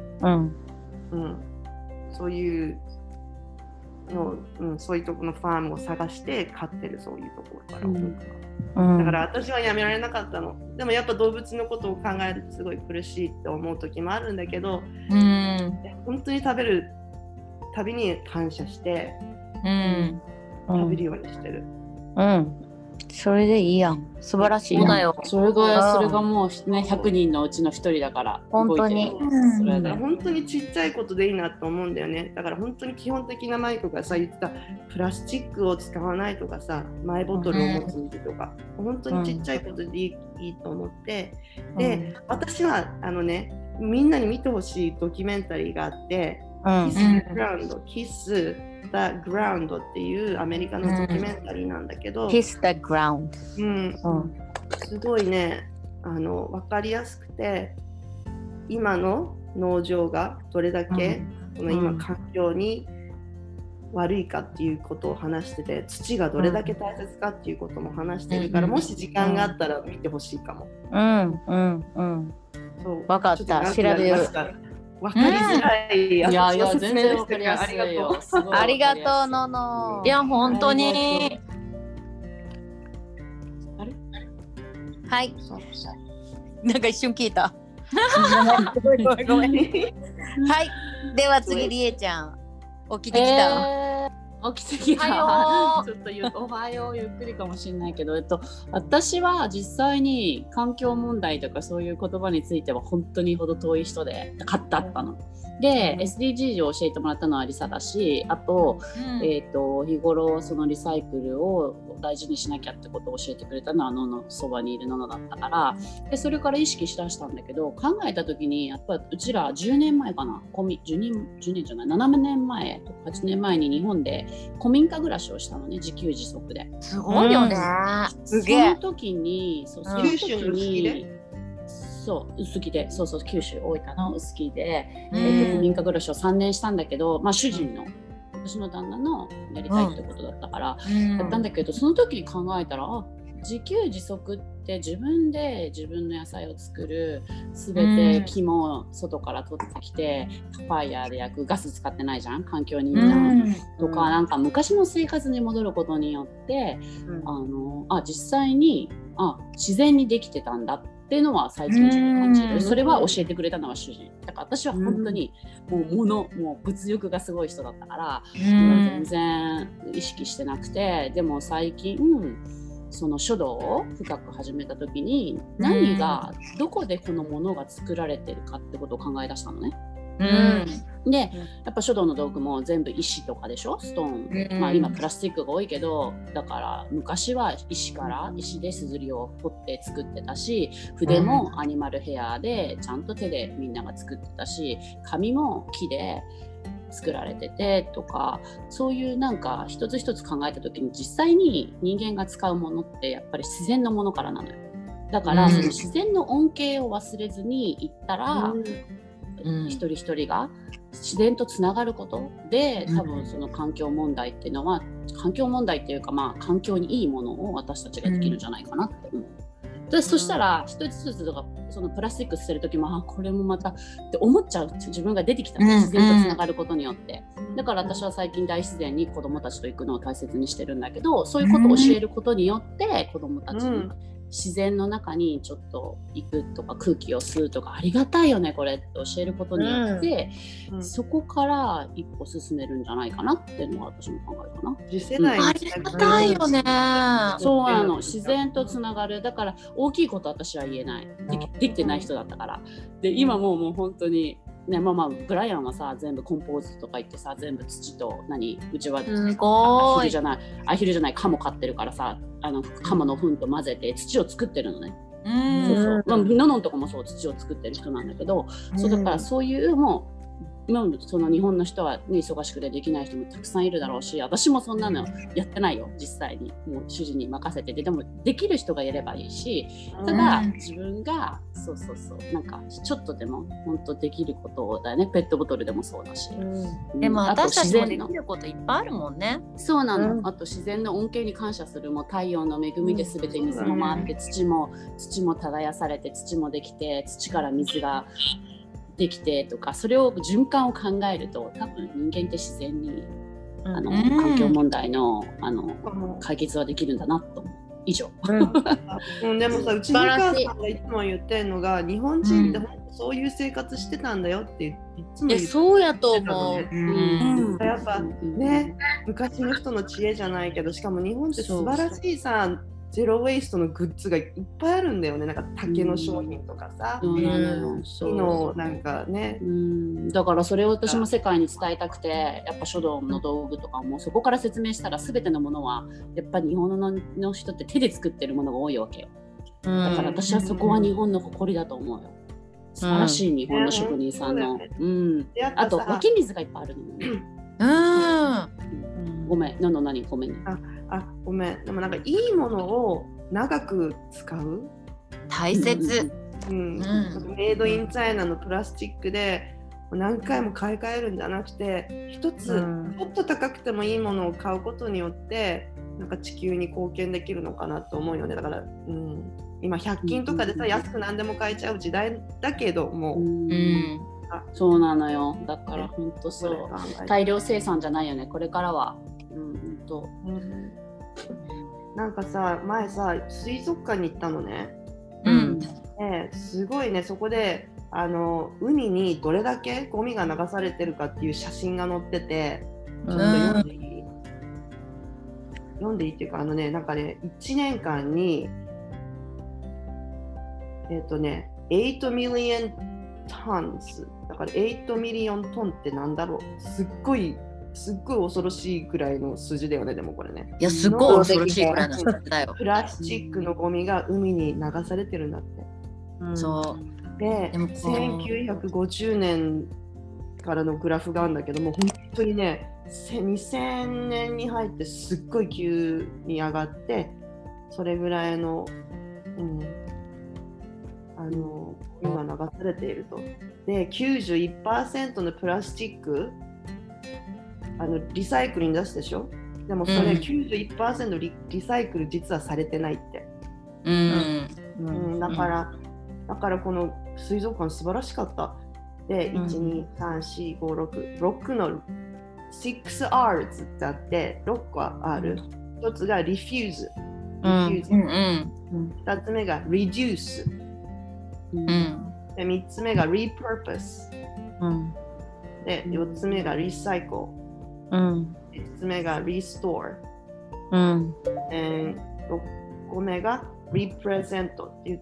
そういうの、そういうところのファームを探して飼ってる、そういうところから、だから私はやめられなかったの。でもやっぱ動物のことを考えるとすごい苦しいって思う時もあるんだけど、本当に食べるたびに感謝して、食べるようにしてる。 それでいいやん。素晴らしい。 そうだよ。それがもうね100人のうちの1人だから本当に。 本当にちっちゃいことでいいなと思うんだよね。だから本当に基本的なマイクがさ言ってたプラスチックを使わないとかさ、マイボトルを持つとか、本当にちっちゃいことでいいと思って、で私はみんなに見てほしいドキュメンタリーがあって、キスグラウンド、キス the Ground っていうアメリカのドキュメンタリーなんだけど、 Kiss the ground。 すごいね、分かりやすくて、今の農場がどれだけ、この今環境に悪いかっていうことを話してて、土がどれだけ大切かっていうことも話してるから、もし時間があったら見てほしいかも。 そう、分かった、調べる。 分かりづらい。 いやいや、全然分かりやすいよ。 ありがとう、のの。 いや、本当に。 あれはい。なんか一瞬聞いた。ごめん。はい。では次、りえちゃん。起きてきた。 起きてきた。ちょっとおはようゆっくりかもしれないけど、私は実際に環境問題とかそういう言葉については本当にほど遠い人でだったの。で、SDGs を教えてもらったのはリサだし、あと、日頃そのリサイクルを大事にしなきゃってことを教えてくれたのはののそばにいるののだったから、でそれから意識しだしたんだけど、考えた時にやっぱうちら10年前かな、10年じゃない7年前とか8年前に日本で古民家暮らしをしたのね、自給自足で。 すごいよね。 すげえ。その時に臼杵で、九州大分の臼杵で、古民家暮らしを3年したんだけど、主人の私の旦那のやりたいってことだったから、やったんだけど、その時に考えたら、自給自足って自分で自分の野菜を作る、全て木も外から取ってきて、ファイヤーで焼く、ガス使ってないじゃん、環境にいいじゃん、とか、なんか昔の生活に戻ることによって、実際に自然にできてたんだっていうのは最近ちょっと感じる。それは教えてくれたのは主人だから、私は本当にもう物欲がすごい人だったから、全然意識してなくて、でも最近その書道を深く始めた時に、何がどこでこのものが作られてるかってことを考え出したのね。でやっぱ書道の道具も全部石とかでしょ、ストーン、今プラスチックが多いけど、だから昔は石で硯を彫って作ってたし、筆もアニマルヘアでちゃんと手でみんなが作ってたし、紙も木で作られててとか、そういうなんか一つ一つ考えた時に、実際に人間が使うものってやっぱり自然のものからなのよ。だから、その自然の恩恵を忘れずにいったら、一人一人が自然とつながることで、多分その環境問題っていうのは、環境問題っていうか、環境にいいものを私たちができるんじゃないかなって思う。でそしたら一つずつとか、そのプラスチック捨てる時もこれもまたって思っちゃう自分が出てきたの、自然とつながることによって。だから私は最近大自然に子どもたちと行くのを大切にしてるんだけど、そういうことを教えることによって子どもたちに自然の中にちょっと行くとか、空気を吸うとか、ありがたいよねこれって教えることによって、そこから一歩進めるんじゃないかなっていうのが私の考えかな。 次世代にありがたいよね。 そうなの、自然とつながる。だから大きいこと私は言えない、できてない人だったから。で今もう本当にね、ブライアンはさ、全部コンポーズとか言ってさ、全部土とうちはアヒルじゃないカモ飼ってるからさ、カモの糞と混ぜて土を作ってるのね。ののんとかもそう、土を作ってる人なんだけど、そうだからそういうもうその日本の人は、忙しくてできない人もたくさんいるだろうし、私もそんなのやってないよ実際に。もう主人に任せてて、でもできる人がやればいいし、ただ自分がなんかちょっとでも本当できることだよね。ペットボトルでもそうだし、 でも私たちもできることいっぱいあるもんね。 そうなの、あと自然の恩恵に感謝する。もう太陽の恵みで全て水も回って、土も耕されて、土もできて、土から水ができてとか、それを循環を考えると、多分人間って自然に環境問題の解決はできるんだなと思う。以上。 でもさ、うちのお母さんがいつも言ってるのが、日本人って本当そういう生活してたんだよっていつも言ってたのね。 そうやと思う。 やっぱね、昔の人の知恵じゃないけど、しかも日本って素晴らしいさ、ゼロウェイストのグッズがいっぱいあるんだよね。なんか竹の商品とかさ、木のなんかね、 だからそれを私も世界に伝えたくて、やっぱ書道の道具とかもそこから説明したら、全てのものはやっぱり日本の人って手で作ってるものが多いわけよ。だから私はそこは日本の誇りだと思うよ。素晴らしい日本の職人さんの、あと湧き水がいっぱいあるのもね。 ごめん、何ごめんね。 ごめん。でもなんかいいものを長く使う。 大切。 メイドインチャイナのプラスチックで何回も買い替えるんじゃなくて、一つちょっと高くてもいいものを買うことによってなんか地球に貢献できるのかなと思うよね。だから、今100均とかでさ、安く何でも買えちゃう時代だけども、 そうなのよ。だから本当そう、大量生産じゃないよね、これからは。 なんかさ、前さ水族館に行ったのね。すごいね、そこで海にどれだけゴミが流されてるかっていう写真が載ってて、ちょっと読んでいい？読んでいいっていうか、なんかね、1年間に8 million tons だから8ミリオントンってなんだろう、すっごい恐ろしいくらいの数字だよね。でもこれね、 いや、すごい恐ろしいくらいの数字だよ。 プラスチックのゴミが海に流されてるんだって。 そうで、1950年からのグラフがあるんだけども、本当にね、2000年に入ってすっごい急に上がって、それぐらいの、今流されていると。で、91% のプラスチックリサイクルに出すでしょ。でもそれ 91% リサイクル実はされてないって。だからこの水族館素晴らしかった。で、1,2,3,4,5,6の 6Rs ってあって、6個ある。1つが Refuse、2つ目が Reduce、で3つ目が Repurpose、で4つ目が Recycle、5つ目が Restore、6個目がRepresent って言って、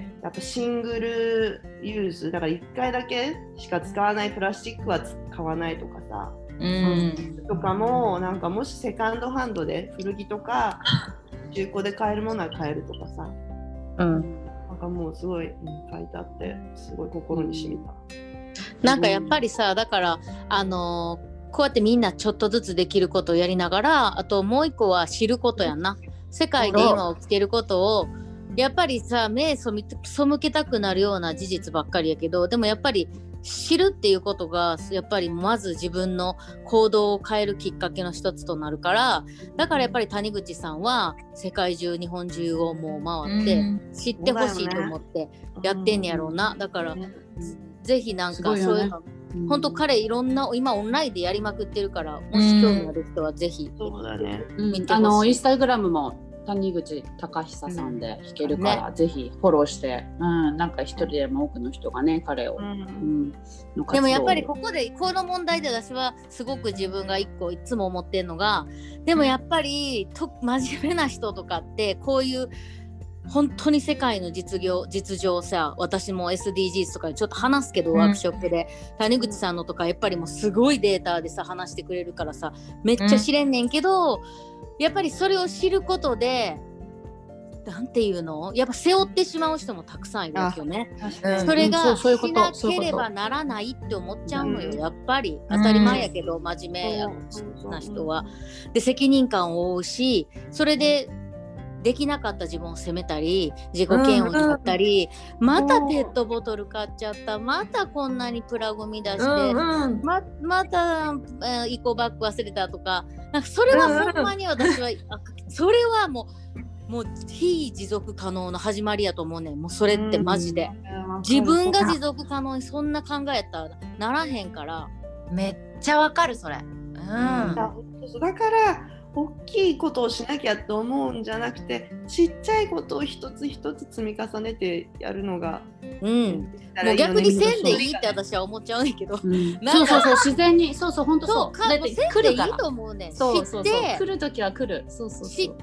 やっぱシングルユーズだから1回だけしか使わないプラスチックは使わないとかさ、とかも、なんかもしセカンドハンドで古着とか中古で買えるものは買えるとかさ、なんかもうすごい、書いてあってすごい心に染みた。 なんかやっぱりさ、だからこうやってみんなちょっとずつできることをやりながら、あともう一個は知ることやんな。世界で今起きてることをやっぱりさ、目背けたくなるような事実ばっかりやけど、でもやっぱり知るっていうことがやっぱりまず自分の行動を変えるきっかけの一つとなるから、だからやっぱり谷口さんは世界中日本中をもう回って知ってほしいと思ってやってんやろうな。だからぜひなんかそういうの、本当彼いろんな今オンラインでやりまくってるから、もし興味ある人はぜひそうだね、 見てほしい。 インスタグラムも谷口隆久さんで弾けるから、ぜひフォローして、なんか一人でも多くの人がね、彼を、 でもやっぱりこの問題で私はすごく自分が一個いつも思ってるのが、でもやっぱり真面目な人とかってこういう本当に世界の実情さ、私も SDGs とかでちょっと話すけど、ワークショップで谷口さんのとかやっぱりもうすごいデータでさ話してくれるからさ、めっちゃ知れんねんけど、やっぱりそれを知ることでなんていうの、やっぱ背負ってしまう人もたくさんいるわけよね。それがしなければならないって思っちゃうのよ、やっぱり当たり前やけど、真面目な人はで責任感を負うし、それでできなかった自分を責めたり自己嫌悪になったり、またペットボトル買っちゃった、またこんなにプラゴミ出して、またイコバッグ忘れたとか、なんかそれはほんまに私はそれはもう非持続可能の始まりやと思うねん。もうそれってマジで自分が持続可能にそんな考えやったらならへんから。 めっちゃわかるそれ。 だから大きいことをしなきゃって思うんじゃなくて、ちっちゃいことを一つ一つ積み重ねてやるのが、 もう逆にせんでいいって私は思っちゃうんやけど、 そう自然に本当そうだってせんでいいと思うねん。知って来るときは来る、 知って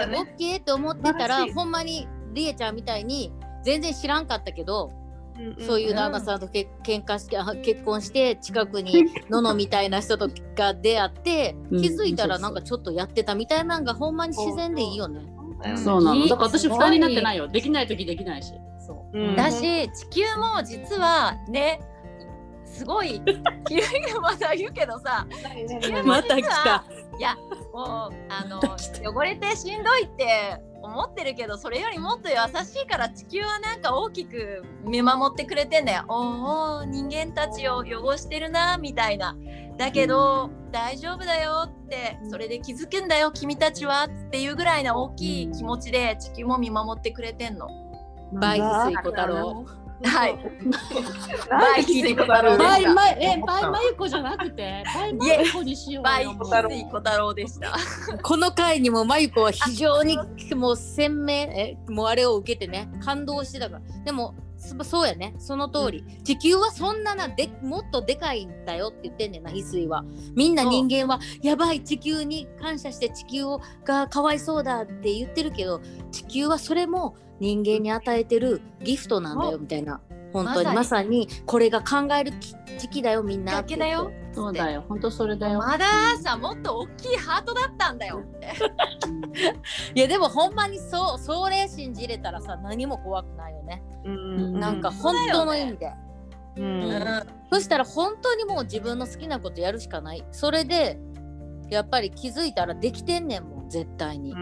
OK って思ってたら、ほんまにりえちゃんみたいに全然知らんかったけど、そういう旦那さんと結婚して近くにののみたいな人とが出会って気づいたらなんかちょっとやってたみたいなのがほんまに自然でいいよね。 そうなの。だから私負担になってないよ。できない時できないし。 だし地球も実はね、すごいまた言うけどさ、 また来た。 いやもう汚れてしんどいって思ってるけど、それよりもっと優しいから地球はなんか大きく見守ってくれてんだよ。おお人間たちを汚してるなみたいな。だけど、大丈夫だよって、それで気づくんだよ君たちはっていうぐらいな大きい気持ちで地球も見守ってくれてんの。 バイ翡翠小太郎。 はい。 バイ翡翠小太郎バイマユコじゃなくてバイマユコにしようよ。 バイ翡翠小太郎でした。 この回にもまゆこは非常にもう鮮明もうあれを受けてね感動してたから。でもそうやね、その通り、地球はそんなもっとでかいんだよって言ってんねんな、翡翠は。みんな人間はやばい、地球に感謝して地球がかわいそうだって言ってるけど、地球はそれも人間に与えてるギフトなんだよみたいな。本当にまさにこれが考える時期だよみんなってだよ。 そうだよ、本当それだよ。 まださ、もっと大きいハートだったんだよっていやでもほんまにそれ信じれたらさ、何も怖くないよね。なんか本当の意味で、そしたら本当にもう自分の好きなことやるしかない。それでやっぱり気づいたらできてんねんもん絶対に。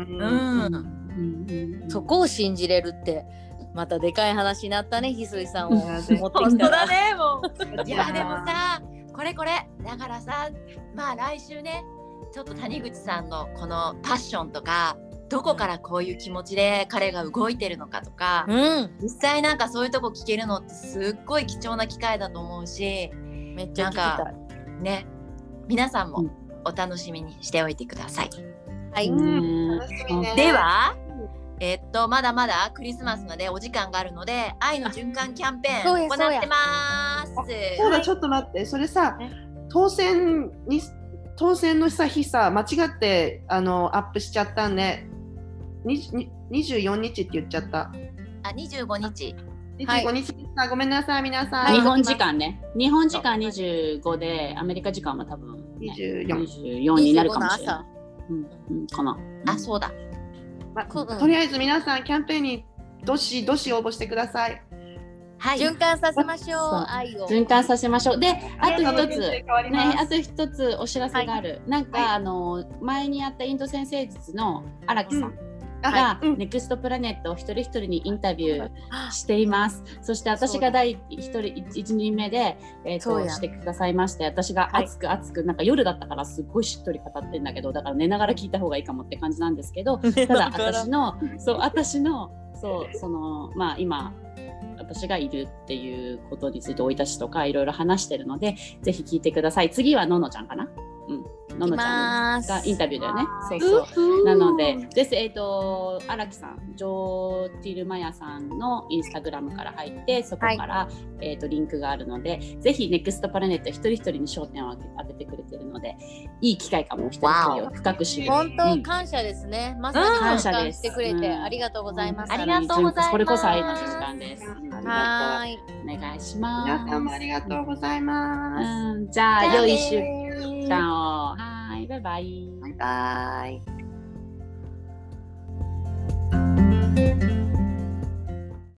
そこを信じれるってまたでかい話になったね、翡翠さんを持ってきたら。 本当だねもう。いやでもさ、これだからさ、まあ来週ね、ちょっと谷口さんのこのパッションとか、どこからこういう気持ちで彼が動いてるのかとか、実際なんかそういうとこ聞けるのってすっごい貴重な機会だと思うし、 めっちゃ聞きたいね、皆さんもお楽しみにしておいてください。 はい。 ではまだまだクリスマスまでお時間があるので、愛の循環キャンペーン行ってます。 そうだ、ちょっと待って、それさ、当選のさ日さ、間違ってアップしちゃったんで、24日って言っちゃった。 25日。 25日さ、ごめんなさい皆さん。 日本時間ね。日本時間25で、アメリカ時間は多分、ね、24になるかもしれない。かな。 あ、そうだ。 とりあえず皆さんキャンペーンにどしどし応募してください。 はい、 循環させましょう。愛を循環させましょう。で、あと一つお知らせがある。なんか前にやったインド先生術の荒木さんがネクストプラネットを一人一人にインタビューしています。そして私が第1人目でしてくださいまして、私が熱くなんか夜だったからすっごいしっとり語ってんだけど、だから寝ながら聞いた方がいいかもって感じなんですけど、ただ私のまあ今私がいるっていうことについて生い立ちとかいろいろ話してるので、ぜひ聞いてください。次はののちゃんかな。ののちゃんがインタビューだよね。そうなので荒木さん、ジョー・ティルマヤさんのインスタグラムから入って、そこから、リンクがあるので、ぜひネクストプラネット一人一人に焦点を当ててくれてるので、いい機会かも。一人一人を深く知る。 本当感謝ですね。まさに感謝してくれてありがとうございます。 ありがとうございます。 これこそ愛の循環です。 はい、 お願いします。 皆さんもありがとうございます。 じゃあ良い週間を。はい、バイバイ。 バイバイ。